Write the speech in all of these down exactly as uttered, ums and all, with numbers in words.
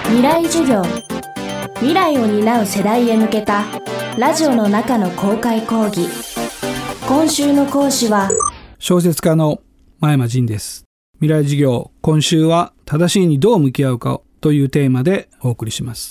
未来授業、未来を担う世代へ向けたラジオの中の公開講義。今週の講師は小説家の真山仁です。未来授業、今週は正しいにどう向き合うかというテーマでお送りします。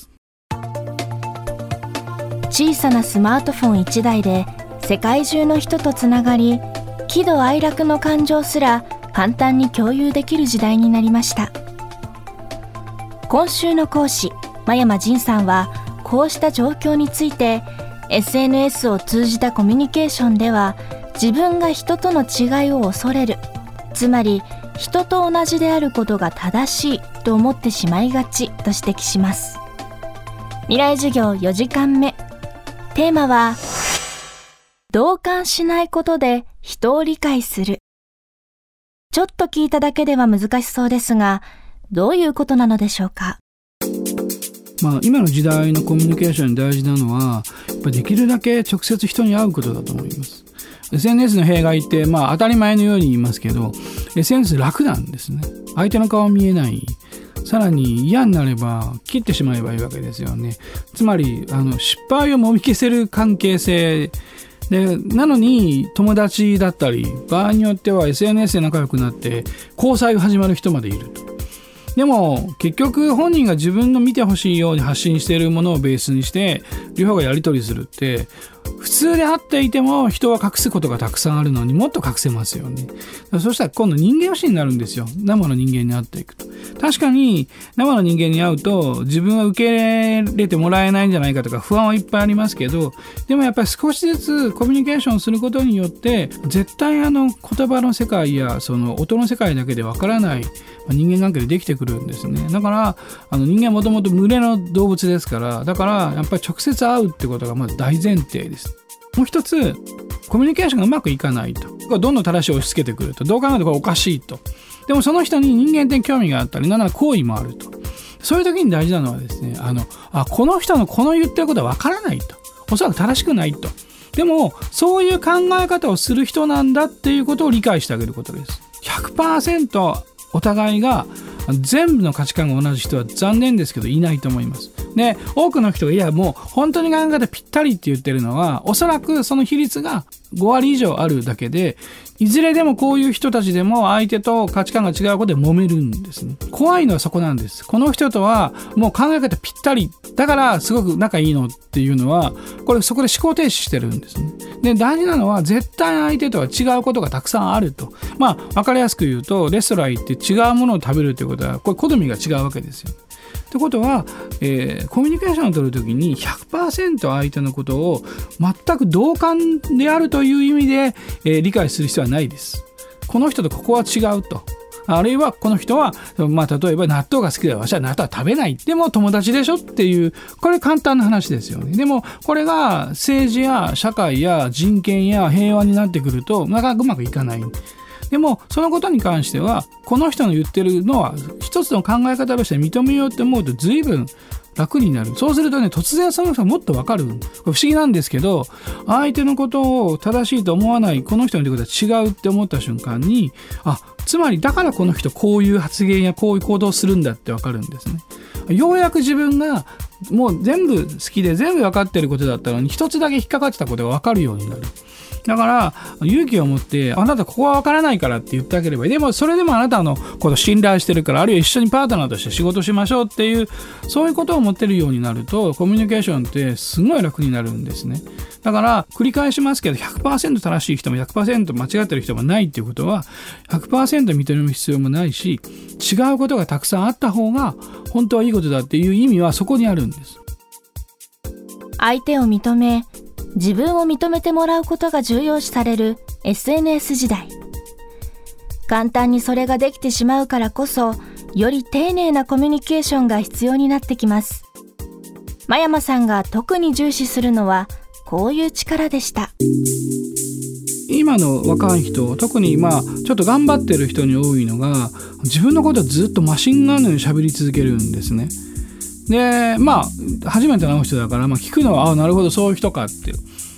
小さなスマートフォンいちだいで世界中の人とつながり、喜怒哀楽の感情すら簡単に共有できる時代になりました。今週の講師真山仁さんは、こうした状況について エスエヌエス を通じたコミュニケーションでは、自分が人との違いを恐れる、つまり人と同じであることが正しいと思ってしまいがちと指摘します。未来授業よじかんめ、テーマは同感しないことで人を理解する。ちょっと聞いただけでは難しそうですが、どういうことなのでしょうか。 まあ、今の時代のコミュニケーションに大事なのは、やっぱりできるだけ直接人に会うことだと思います。 エスエヌエス の弊害って、まあ、当たり前のように言いますけど、 エスエヌエス 楽なんですね。相手の顔見えない、さらに嫌になれば切ってしまえばいいわけですよね。つまりあの失敗をもみ消せる関係性で、なのに友達だったり、場合によっては エスエヌエス で仲良くなって交際が始まる人までいると。でも結局本人が自分の見てほしいように発信しているものをベースにして両方がやり取りするって、普通であっていても人は隠すことがたくさんあるのにもっと隠せますよね。そしたら今度人間不信になるんですよ。生の人間に会っていくと。確かに生の人間に会うと自分は受け入れてもらえないんじゃないかとか不安はいっぱいありますけど、でもやっぱり少しずつコミュニケーションすることによって絶対あの言葉の世界やその音の世界だけでわからない人間関係でできてくるんですね。だからあの人間はもともと群れの動物ですから、だからやっぱり直接会うってことがまず大前提です。もう一つ、コミュニケーションがうまくいかないと、どんどん正しいを押し付けてくると、どう考えてもこれおかしいと。でもその人に人間的に興味があったり、なんなら好意もあると。そういう時に大事なのはですね、あのあこの人のこの言ってることはわからないと、おそらく正しくないと。でもそういう考え方をする人なんだっていうことを理解してあげることです。 ひゃくパーセント お互いが全部の価値観が同じ人は残念ですけどいないと思います。で、多くの人がいやもう本当に考え方ぴったりって言ってるのは、おそらくその比率がごわり以上あるだけで、いずれでもこういう人たちでも相手と価値観が違うことで揉めるんですね。怖いのはそこなんです。この人とはもう考え方ぴったりだからすごく仲いいのっていうのは、これそこで思考停止してるんですね。で、大事なのは絶対相手とは違うことがたくさんあると。まあ分かりやすく言うと、レストラン行って違うものを食べるということは、これ好みが違うわけですよ。ということは、えー、コミュニケーションを取るときに ひゃくパーセント 相手のことを全く同感であるという意味で、えー、理解する必要はないです。この人とここは違うと。あるいはこの人は、まあ、例えば納豆が好きだ、私は納豆は食べない。でも友達でしょっていう、これ簡単な話ですよね。でもこれが政治や社会や人権や平和になってくるとなかなかうまくいかない。でもそのことに関しては、この人の言ってるのは一つの考え方として認めようって思うと随分楽になる。そうするとね、突然その人がもっと分かる。これ不思議なんですけど、相手のことを正しいと思わないこの人の言うことは違うって思った瞬間に、あ、つまりだからこの人こういう発言やこういう行動をするんだって分かるんですね。ようやく自分がもう全部好きで全部分かってることだったのに、一つだけ引っかかってたことが分かるようになる。だから勇気を持って、あなたここは分からないからって言ってあげればいい。でもそれでもあなたのことを信頼してるから、あるいは一緒にパートナーとして仕事しましょうっていう、そういうことを持ってるようになると、コミュニケーションってすごい楽になるんですね。だから繰り返しますけど、 ひゃくパーセント 正しい人も ひゃくパーセント 間違ってる人もないっていうことは ひゃくパーセント 認める必要もないし、違うことがたくさんあった方が本当はいいことだっていう意味はそこにあるんです。 相手を認め、自分を認めてもらうことが重要視される エスエヌエス 時代。簡単にそれができてしまうからこそ、より丁寧なコミュニケーションが必要になってきます。真山さんが特に重視するのはこういう力でした。 今の若い人、特にまあちょっと頑張ってる人に多いのが、自分のことをずっとマシンガンのように喋り続けるんですね。で、まあ初めての人だから、まあ、聞くのは、あ、なるほどそういう人かって。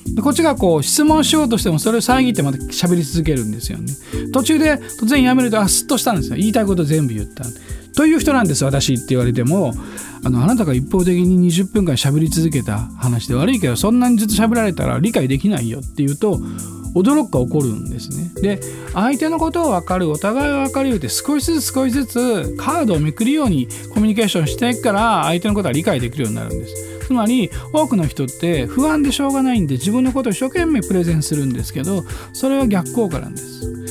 でこっちがこう質問しようとしてもそれを遮ってまた喋り続けるんですよね。途中で突然やめるとあスッとしたんですよ。言いたいこと全部言ったという人なんです私って言われても、あのあなたが一方的ににじゅっぷんかん喋り続けた話で悪いけどそんなにずっと喋られたら理解できないよって言うと驚くか起こるんですね。で相手のことを分かる、お互いを分かるよって少しずつ少しずつカードをめくるようにコミュニケーションしていくから相手のことは理解できるようになるんです。つまり多くの人って不安でしょうがないんで自分のことを一生懸命プレゼンするんですけど、それは逆効果なんです。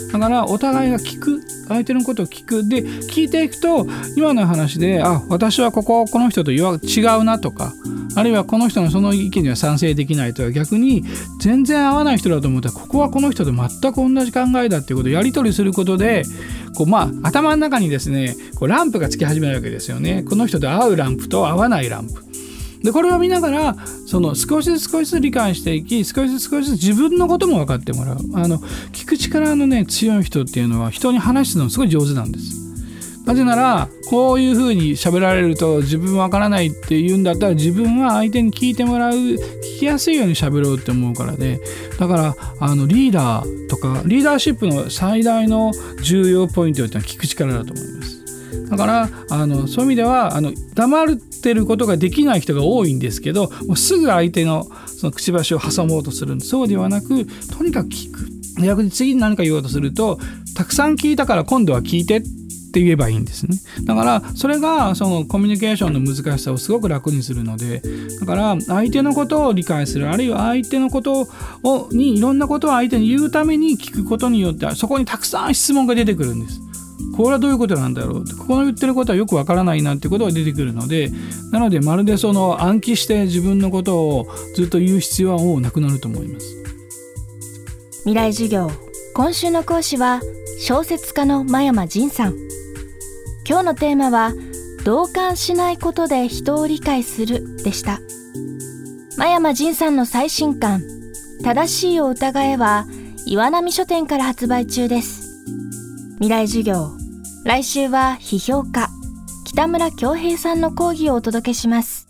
だからお互いが聞く、相手のことを聞く、で聞いていくと今の話であ私はこここの人と違うなとか、あるいはこの人のその意見には賛成できないとか、逆に全然合わない人だと思ったらここはこの人と全く同じ考えだっていうことをやり取りすることでこう、まあ、頭の中にですねこうランプがつき始めるわけですよね。この人と合うランプと合わないランプで、これを見ながらその少しずつ少しずつ理解していき、少しずつ少しずつ自分のことも分かってもらう。あの聞く力のね強い人っていうのは人に話すのすごい上手なんです。なぜならこういうふうに喋られると自分わからないって言うんだったら自分は相手に聞いてもらう、聞きやすいように喋ろうって思うからで、だからあのリーダーとかリーダーシップの最大の重要ポイントっていうのは聞く力だと思います。だからあのそういう意味ではあの黙ってることができない人が多いんですけど、もうすぐ相手のそのくちばしを挟もうとするんです。そうではなくとにかく聞く。逆に次に何か言おうとするとたくさん聞いたから今度は聞いてって言えばいいんですね。だからそれがそのコミュニケーションの難しさをすごく楽にするので、だから相手のことを理解する、あるいは相手のことをにいろんなことを相手に言うために聞くことによってそこにたくさん質問が出てくるんです。これはどういうことなんだろうって、ここの言ってることはよくわからないなってことが出てくるので、なのでまるでその暗記して自分のことをずっと言う必要はもうなくなると思います。 未来授業、今週の講師は小説家の真山仁さん。今日のテーマは同感しないことで人を理解するでした。真山仁さんの最新刊正しいを疑えは岩波書店から発売中です。未来授業、来週は批評家北村恭平さんの講義をお届けします。